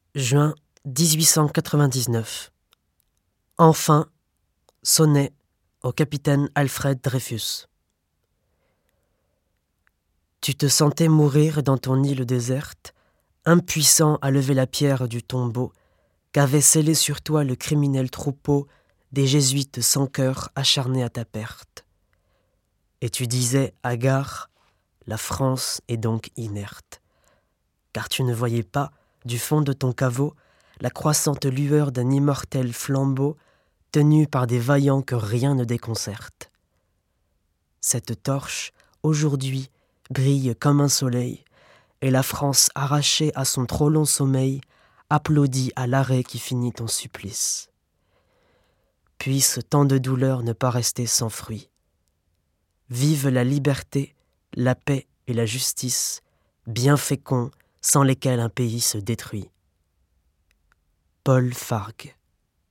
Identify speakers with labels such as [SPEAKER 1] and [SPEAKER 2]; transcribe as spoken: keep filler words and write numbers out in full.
[SPEAKER 1] Juin dix-huit cent quatre-vingt-dix-neuf. Enfin, sonnet au capitaine Alfred Dreyfus. Tu te sentais mourir dans ton île déserte, impuissant à lever la pierre du tombeau qu'avait scellé sur toi le criminel troupeau des jésuites sans cœur acharnés à ta perte. Et tu disais, hagard, la France est donc inerte, car tu ne voyais pas, du fond de ton caveau, la croissante lueur d'un immortel flambeau tenu par des vaillants que rien ne déconcerte. Cette torche, aujourd'hui, brille comme un soleil, et la France arrachée à son trop long sommeil applaudit à l'arrêt qui finit ton supplice. Puisse tant de douleurs ne pas rester sans fruit. Vive la liberté, la paix et la justice, bien féconds, sans lesquels un pays se détruit. Paul Fargue.